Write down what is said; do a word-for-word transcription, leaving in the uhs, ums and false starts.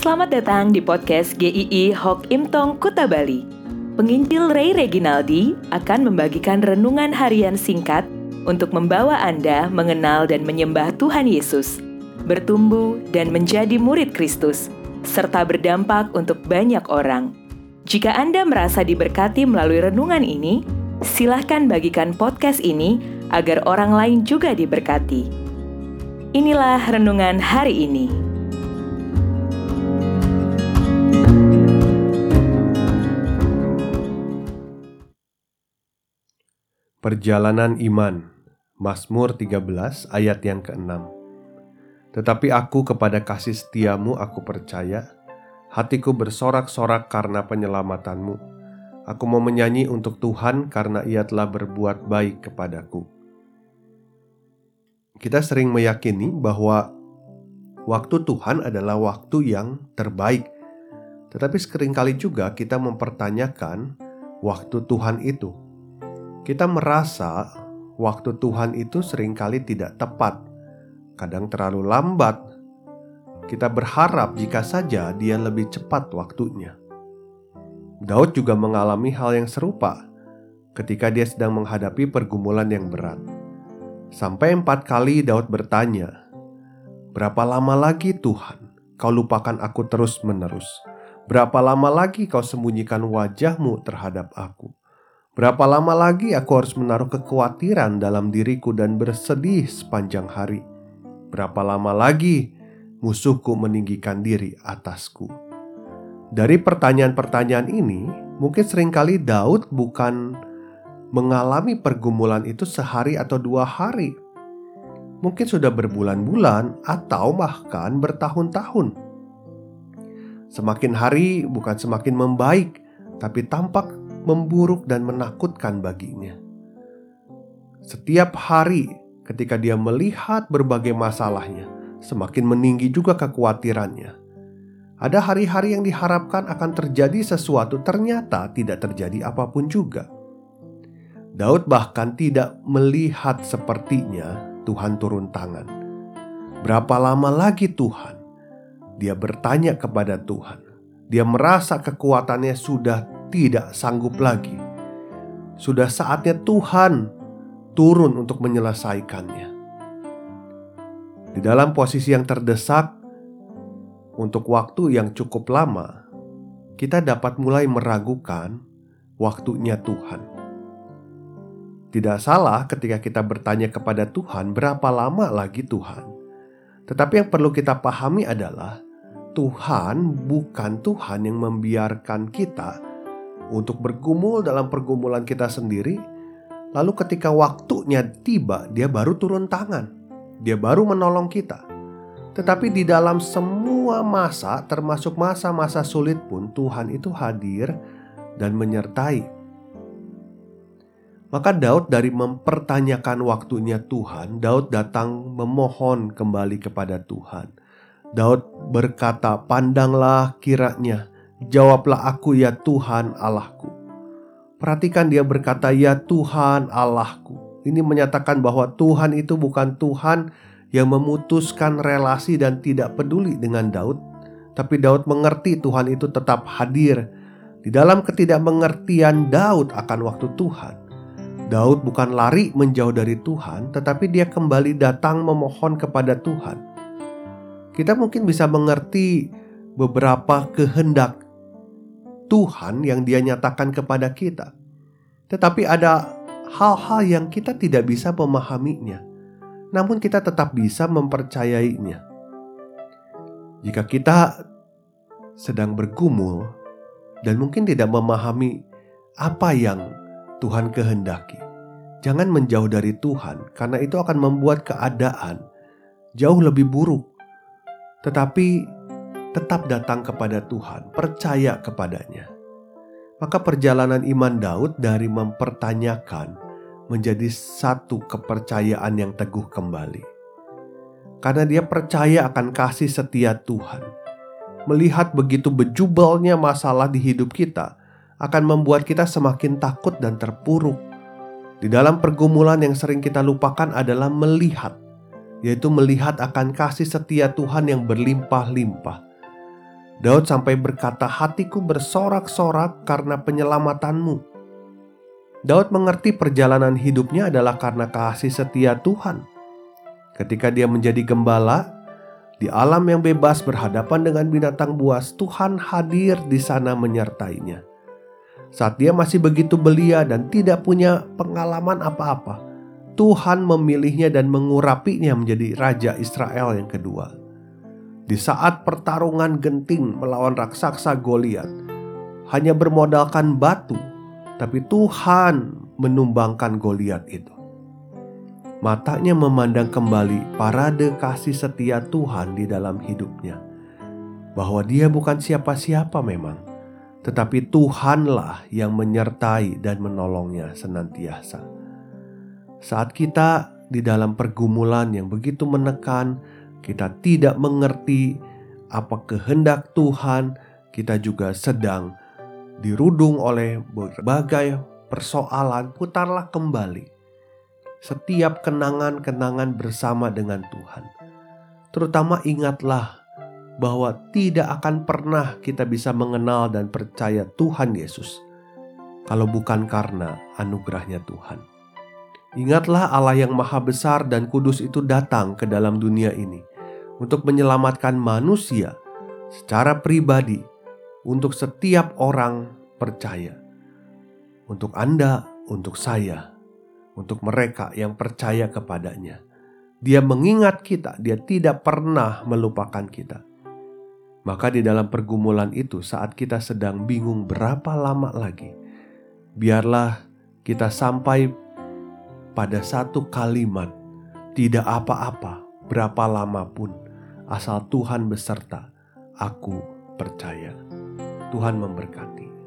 Selamat datang di podcast G I I Hok Im Tong Kuta Bali. Penginjil Ray Reginaldi akan membagikan renungan harian singkat untuk membawa Anda mengenal dan menyembah Tuhan Yesus, bertumbuh dan menjadi murid Kristus, serta berdampak untuk banyak orang. Jika Anda merasa diberkati melalui renungan ini, silahkan bagikan podcast ini agar orang lain juga diberkati. Inilah renungan hari ini. Perjalanan Iman, Mazmur tiga belas ayat yang keenam. Tetapi aku kepada kasih setiamu aku percaya, hatiku bersorak-sorak karena penyelamatanmu. Aku mau menyanyi untuk Tuhan karena Ia telah berbuat baik kepadaku. Kita sering meyakini bahwa waktu Tuhan adalah waktu yang terbaik. Tetapi seringkali juga kita mempertanyakan waktu Tuhan itu. Kita merasa waktu Tuhan itu seringkali tidak tepat, kadang terlalu lambat. Kita berharap jika saja Dia lebih cepat waktunya. Daud juga mengalami hal yang serupa ketika dia sedang menghadapi pergumulan yang berat. Sampai empat kali Daud bertanya, "Berapa lama lagi Tuhan, Kau lupakan aku terus-menerus? Berapa lama lagi Kau sembunyikan wajah-Mu terhadap aku? Berapa lama lagi aku harus menaruh kekhawatiran dalam diriku dan bersedih sepanjang hari? Berapa lama lagi musuhku meninggikan diri atasku?" Dari pertanyaan-pertanyaan ini, mungkin seringkali Daud bukan mengalami pergumulan itu sehari atau dua hari. Mungkin sudah berbulan-bulan atau bahkan bertahun-tahun. Semakin hari bukan semakin membaik, tapi tampak memburuk dan menakutkan baginya. Setiap hari ketika dia melihat berbagai masalahnya, semakin meninggi juga kekhawatirannya. Ada hari-hari yang diharapkan akan terjadi sesuatu, ternyata tidak terjadi apapun juga. Daud bahkan tidak melihat sepertinya Tuhan turun tangan. Berapa lama lagi Tuhan? Dia bertanya kepada Tuhan. Dia merasa kekuatannya sudah tidak sanggup lagi. Sudah saatnya Tuhan turun untuk menyelesaikannya. Di dalam posisi yang terdesak, untuk waktu yang cukup lama, kita dapat mulai meragukan waktunya Tuhan. Tidak salah ketika kita bertanya kepada Tuhan, berapa lama lagi Tuhan? Tetapi yang perlu kita pahami adalah Tuhan bukan Tuhan yang membiarkan kita untuk bergumul dalam pergumulan kita sendiri, lalu ketika waktunya tiba, Dia baru turun tangan, Dia baru menolong kita. Tetapi di dalam semua masa, termasuk masa-masa sulit pun, Tuhan itu hadir dan menyertai. Maka Daud dari mempertanyakan waktunya Tuhan, Daud datang memohon kembali kepada Tuhan. Daud berkata, "Pandanglah kiranya, jawablah aku ya Tuhan Allahku." Perhatikan dia berkata, "Ya Tuhan Allahku." Ini menyatakan bahwa Tuhan itu bukan Tuhan yang memutuskan relasi dan tidak peduli dengan Daud. Tapi Daud mengerti Tuhan itu tetap hadir. Di dalam ketidakmengertian Daud akan waktu Tuhan, Daud bukan lari menjauh dari Tuhan, tetapi dia kembali datang memohon kepada Tuhan. Kita mungkin bisa mengerti beberapa kehendak Tuhan yang Dia nyatakan kepada kita, tetapi ada hal-hal yang kita tidak bisa memahaminya, namun kita tetap bisa mempercayainya. Jika kita sedang bergumul dan mungkin tidak memahami apa yang Tuhan kehendaki, jangan menjauh dari Tuhan, karena itu akan membuat keadaan jauh lebih buruk. Tetapi tetap datang kepada Tuhan, percaya kepadanya. Maka perjalanan iman Daud dari mempertanyakan menjadi satu kepercayaan yang teguh kembali. Karena dia percaya akan kasih setia Tuhan. Melihat begitu bejubalnya masalah di hidup kita akan membuat kita semakin takut dan terpuruk. Di dalam pergumulan yang sering kita lupakan adalah melihat, yaitu melihat akan kasih setia Tuhan yang berlimpah-limpah. Daud sampai berkata, hatiku bersorak-sorak karena penyelamatanmu. Daud mengerti perjalanan hidupnya adalah karena kasih setia Tuhan. Ketika dia menjadi gembala di alam yang bebas berhadapan dengan binatang buas, Tuhan hadir di sana menyertainya. Saat dia masih begitu belia dan tidak punya pengalaman apa-apa, Tuhan memilihnya dan mengurapinya menjadi Raja Israel yang kedua. Di saat pertarungan genting melawan raksasa Goliat, hanya bermodalkan batu, tapi Tuhan menumbangkan Goliat itu. Matanya memandang kembali parade kasih setia Tuhan di dalam hidupnya, bahwa dia bukan siapa-siapa memang, tetapi Tuhanlah yang menyertai dan menolongnya senantiasa. Saat kita di dalam pergumulan yang begitu menekan, kita tidak mengerti apa kehendak Tuhan, kita juga sedang dirudung oleh berbagai persoalan, putarlah kembali setiap kenangan-kenangan bersama dengan Tuhan. Terutama ingatlah bahwa tidak akan pernah kita bisa mengenal dan percaya Tuhan Yesus kalau bukan karena anugerahnya Tuhan. Ingatlah Allah yang maha besar dan kudus itu datang ke dalam dunia ini untuk menyelamatkan manusia secara pribadi, untuk setiap orang percaya. Untuk Anda, untuk saya, untuk mereka yang percaya kepadanya. Dia mengingat kita, dia tidak pernah melupakan kita. Maka di dalam pergumulan itu, saat kita sedang bingung berapa lama lagi, biarlah kita sampai pada satu kalimat, tidak apa-apa, berapa lama pun, asal Tuhan beserta, aku percaya. Tuhan memberkati.